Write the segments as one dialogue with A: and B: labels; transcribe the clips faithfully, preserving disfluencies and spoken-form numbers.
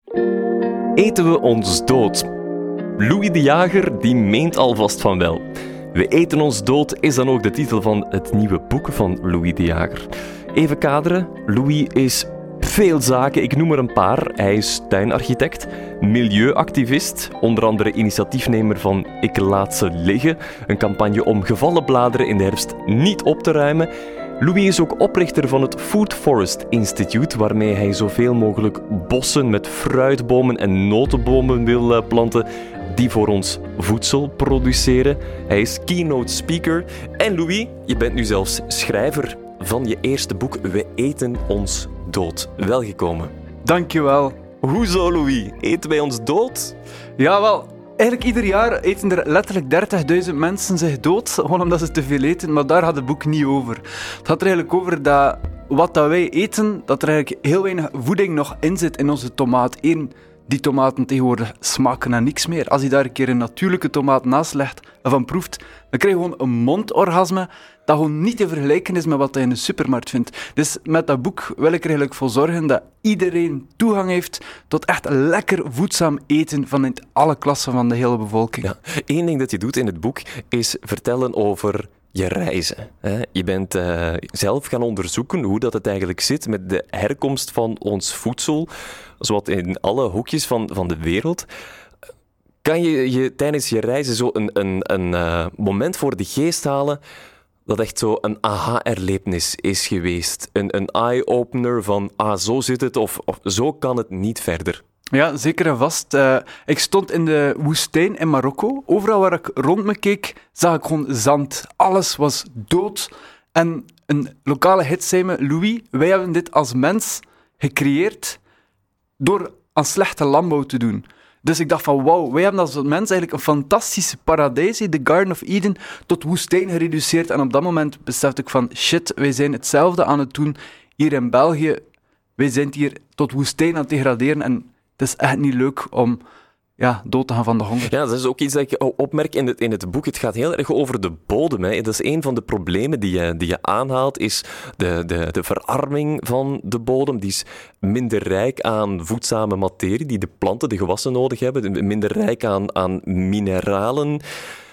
A: Eten we ons dood? Louis de Jager die meent alvast van wel. We eten ons dood is dan ook de titel van het nieuwe boek van Louis de Jager. Even kaderen, Louis is veel zaken, ik noem er een paar. Hij is tuinarchitect, milieuactivist, onder andere initiatiefnemer van Ik Laat Ze Liggen, een campagne om gevallen bladeren in de herfst niet op te ruimen. Louis is ook oprichter van het Food Forest Institute, waarmee hij zoveel mogelijk bossen met fruitbomen en notenbomen wil planten die voor ons voedsel produceren. Hij is keynote speaker. En Louis, je bent nu zelfs schrijver van je eerste boek We eten ons dood. Welgekomen.
B: Dankjewel.
A: Hoezo, Louis? Eten wij ons dood?
B: Jawel. Eigenlijk ieder jaar eten er letterlijk dertigduizend mensen zich dood, gewoon omdat ze te veel eten, maar daar gaat het boek niet over. Het gaat er eigenlijk over dat wat dat wij eten, dat er eigenlijk heel weinig voeding nog in zit in onze tomaat. Eén, die tomaten tegenwoordig smaken naar niks meer. Als je daar een keer een natuurlijke tomaat naast legt en van proeft, dan krijg je gewoon een mondorgasme dat gewoon niet te vergelijken is met wat je in de supermarkt vindt. Dus met dat boek wil ik er eigenlijk voor zorgen dat iedereen toegang heeft tot echt lekker voedzaam eten vanuit alle klassen van de hele bevolking.
A: Ja. Eén ding dat je doet in het boek is vertellen over je reizen. Je bent uh, zelf gaan onderzoeken hoe dat het eigenlijk zit met de herkomst van ons voedsel, zowat in alle hoekjes van, van de wereld. Kan je, je tijdens je reizen zo een, een, een uh, moment voor de geest halen dat echt zo een aha-erlevenis is geweest? Een, een eye-opener van, ah, zo zit het, of, of zo kan het niet verder.
B: Ja, zeker en vast. Uh, ik stond in de woestijn in Marokko. Overal waar ik rond me keek, zag ik gewoon zand. Alles was dood. En een lokale hit zei me, Louis, wij hebben dit als mens gecreëerd door aan slechte landbouw te doen. Dus ik dacht van, wauw, wij hebben als mens eigenlijk een fantastische paradijs, de Garden of Eden, tot woestijn gereduceerd. En op dat moment besefte ik van, shit, wij zijn hetzelfde aan het doen hier in België. Wij zijn hier tot woestijn aan het degraderen en het is echt niet leuk om ja, dood te gaan van de honger.
A: Ja, dat is ook iets dat ik opmerk in het, in het boek. Het gaat heel erg over de bodem. Hè. Dat is een van de problemen die je, die je aanhaalt, is de, de, de verarming van de bodem. Die is minder rijk aan voedzame materie, die de planten, de gewassen nodig hebben. Minder rijk aan, aan mineralen.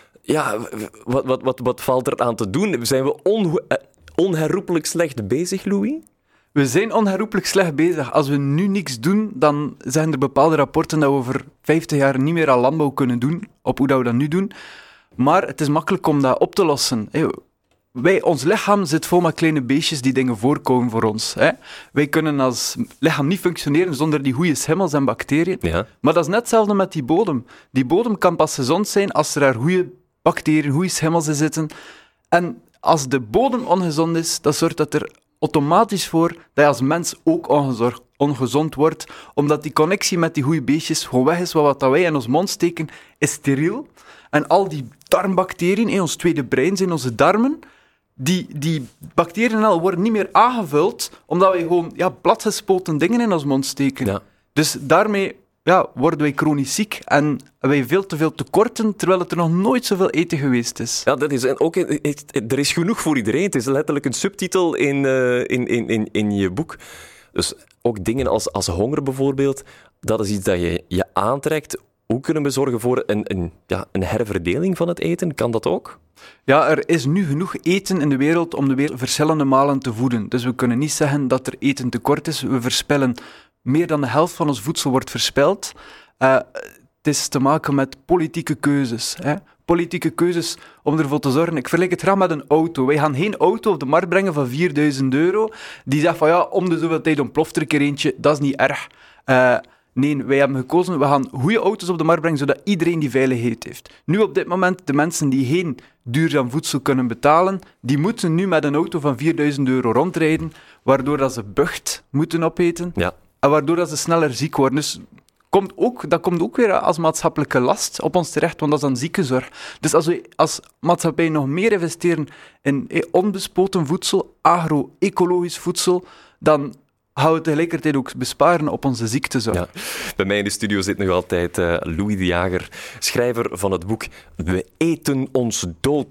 A: Ja, wat, wat, wat, wat valt er aan te doen? Zijn we on, onherroepelijk slecht bezig, Louis?
B: We zijn onherroepelijk slecht bezig. Als we nu niks doen, dan zijn er bepaalde rapporten dat we over vijftig jaar niet meer aan landbouw kunnen doen, op hoe dat we dat nu doen. Maar het is makkelijk om dat op te lossen. Wij, ons lichaam zit vol met kleine beestjes die dingen voorkomen voor ons. Wij kunnen als lichaam niet functioneren zonder die goede schimmels en bacteriën.
A: Ja.
B: Maar dat is net hetzelfde met die bodem. Die bodem kan pas gezond zijn als er daar goede bacteriën, goede schimmels in zitten. En als de bodem ongezond is, dat zorgt dat er automatisch voor dat je als mens ook ongezorgd, ongezond wordt, omdat die connectie met die goede beestjes gewoon weg is. Wat wij in ons mond steken, is steriel. En al die darmbacteriën in ons tweede brein zijn onze darmen. Die, die bacteriën al worden niet meer aangevuld, omdat wij gewoon ja, platgespoten dingen in ons mond steken.
A: Ja.
B: Dus daarmee ja, worden wij chronisch ziek en hebben wij veel te veel tekorten, terwijl het er nog nooit zoveel eten geweest is.
A: Ja, dat is. En ook, er is genoeg voor iedereen. Het is letterlijk een subtitel in, uh, in, in, in, in je boek. Dus ook dingen als, als honger bijvoorbeeld, dat is iets dat je, je aantrekt. Hoe kunnen we zorgen voor een, een, ja, een herverdeling van het eten? Kan dat ook?
B: Ja, er is nu genoeg eten in de wereld om de wereld verschillende malen te voeden. Dus we kunnen niet zeggen dat er eten tekort is. We verspillen meer dan de helft van ons voedsel wordt verspild. Uh, het is te maken met politieke keuzes. Hè? Politieke keuzes om ervoor te zorgen. Ik vergelijk het graag met een auto. Wij gaan geen auto op de markt brengen van vierduizend euro. Die zegt van ja, om de zoveel tijd ontploft er een keer eentje. Dat is niet erg. Uh, nee, wij hebben gekozen, we gaan goede auto's op de markt brengen, zodat iedereen die veiligheid heeft. Nu op dit moment, de mensen die geen duurzaam voedsel kunnen betalen, die moeten nu met een auto van vierduizend euro rondrijden, waardoor dat ze bucht moeten opeten.
A: Ja.
B: En waardoor dat ze sneller ziek worden. Dus komt ook, dat komt ook weer als maatschappelijke last op ons terecht, want dat is dan ziekenzorg. Dus als we als maatschappij nog meer investeren in eh, onbespoten voedsel, agro-ecologisch voedsel, dan gaan we tegelijkertijd ook besparen op onze ziektezorg.
A: Ja. Bij mij in de studio zit nog altijd uh, Louis de Jager, schrijver van het boek We eten ons dood.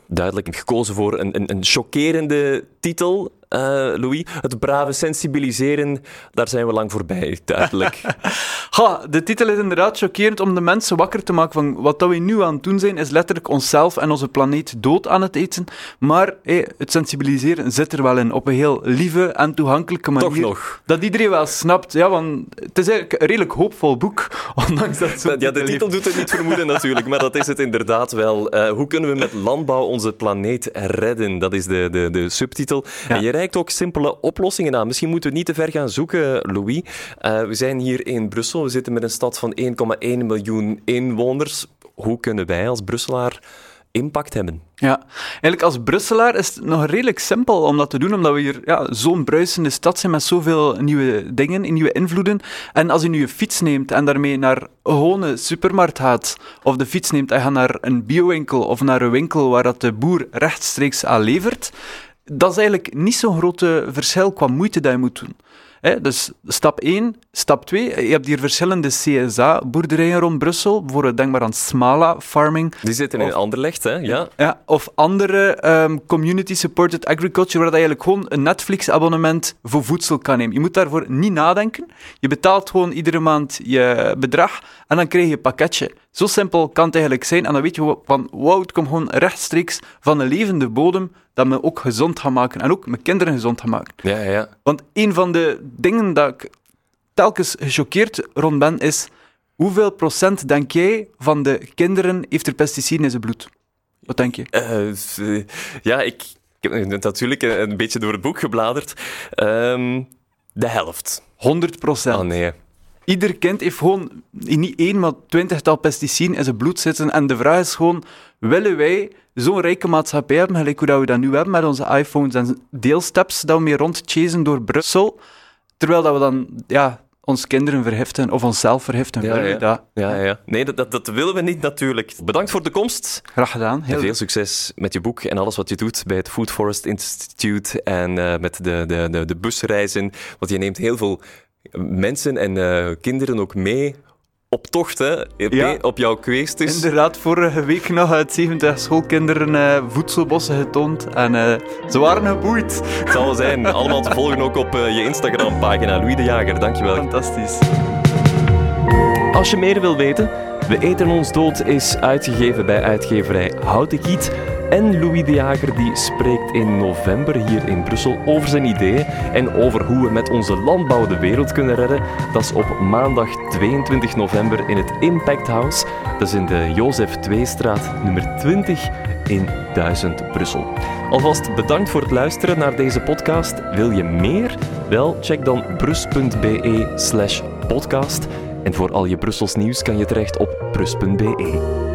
A: duidelijk gekozen voor een, een, een chockerende titel, uh, Louis. Het brave sensibiliseren, daar zijn we lang voorbij, duidelijk.
B: Ha, de titel is inderdaad chockerend om de mensen wakker te maken van wat dat we nu aan het doen zijn, is letterlijk onszelf en onze planeet dood aan het eten. Maar hey, het sensibiliseren zit er wel in, op een heel lieve en toegankelijke manier.
A: Toch nog.
B: Dat iedereen wel snapt, ja, want het is eigenlijk een redelijk hoopvol boek, ondanks dat zo.
A: Ja, de titel doet het niet vermoeden natuurlijk, maar dat is het inderdaad wel. Uh, hoe kunnen we met landbouw onze planeet redden? Dat is de, de, de subtitel. Ja. En je reikt ook simpele oplossingen aan. Misschien moeten we niet te ver gaan zoeken, Louis. Uh, we zijn hier in Brussel. We zitten met een stad van één komma één miljoen inwoners. Hoe kunnen wij als Brusselaar impact hebben?
B: Ja, eigenlijk als Brusselaar is het nog redelijk simpel om dat te doen, omdat we hier ja, zo'n bruisende stad zijn met zoveel nieuwe dingen, nieuwe invloeden. En als je nu je fiets neemt en daarmee naar een gewone supermarkt gaat, of de fiets neemt en gaat naar een biowinkel of naar een winkel waar dat de boer rechtstreeks aan levert, dat is eigenlijk niet zo'n grote verschil qua moeite dat je moet doen. He, dus stap één. Stap twee, je hebt hier verschillende C S A-boerderijen rond Brussel. Bijvoorbeeld denk maar aan Smala Farming.
A: Die zitten in of, Anderlecht, hè? Ja.
B: Ja, of andere um, community-supported agriculture, waar je eigenlijk gewoon een Netflix-abonnement voor voedsel kan nemen. Je moet daarvoor niet nadenken. Je betaalt gewoon iedere maand je bedrag en dan krijg je een pakketje. Zo simpel kan het eigenlijk zijn. En dan weet je van, wow, het komt gewoon rechtstreeks van een levende bodem dat me ook gezond gaat maken. En ook mijn kinderen gezond gaat maken.
A: Ja, ja.
B: Want een van de dingen dat ik telkens gechoqueerd rond ben, is hoeveel procent, denk jij, van de kinderen heeft er pesticiden in zijn bloed? Wat denk je?
A: Uh, ja, ik, ik heb natuurlijk een, een beetje door het boek gebladerd. Um, de helft.
B: honderd procent.
A: Oh nee.
B: Ieder kind heeft gewoon niet één, maar twintigtal pesticiden in zijn bloed zitten. En de vraag is gewoon, willen wij zo'n rijke maatschappij hebben, gelijk hoe dat we dat nu hebben met onze iPhones en deelsteps dat we mee rondchasen door Brussel, terwijl dat we dan ja, ons kinderen vergiften of onszelf vergiften.
A: Ja, ja.
B: Dat?
A: Ja, ja. Nee, dat, dat, dat willen we niet natuurlijk. Bedankt voor de komst.
B: Graag gedaan. Heel
A: en veel succes met je boek en alles wat je doet bij het Food Forest Institute en uh, met de, de, de, de busreizen. Want je neemt heel veel mensen en uh, kinderen ook mee op tocht, hè?
B: Ja.
A: Op jouw kweestes.
B: Inderdaad, vorige week nog uit zeventig schoolkinderen uh, voedselbossen getoond en uh, ze waren geboeid.
A: Het zal wel zijn. Allemaal te volgen ook op uh, je Instagram-pagina. Louis de Jager, dankjewel.
B: Fantastisch.
A: Als je meer wil weten, We eten ons dood is uitgegeven bij uitgeverij Houten Kiet. En Louis de Jager die spreekt in november hier in Brussel over zijn ideeën en over hoe we met onze landbouw de wereld kunnen redden. Dat is op maandag tweeëntwintig november in het Impact House. Dat is in de Jozef Tweestraat nummer twintig in duizend Brussel. Alvast bedankt voor het luisteren naar deze podcast. Wil je meer? Wel, check dan brus.be slash podcast. En voor al je Brussels nieuws kan je terecht op brus punt be.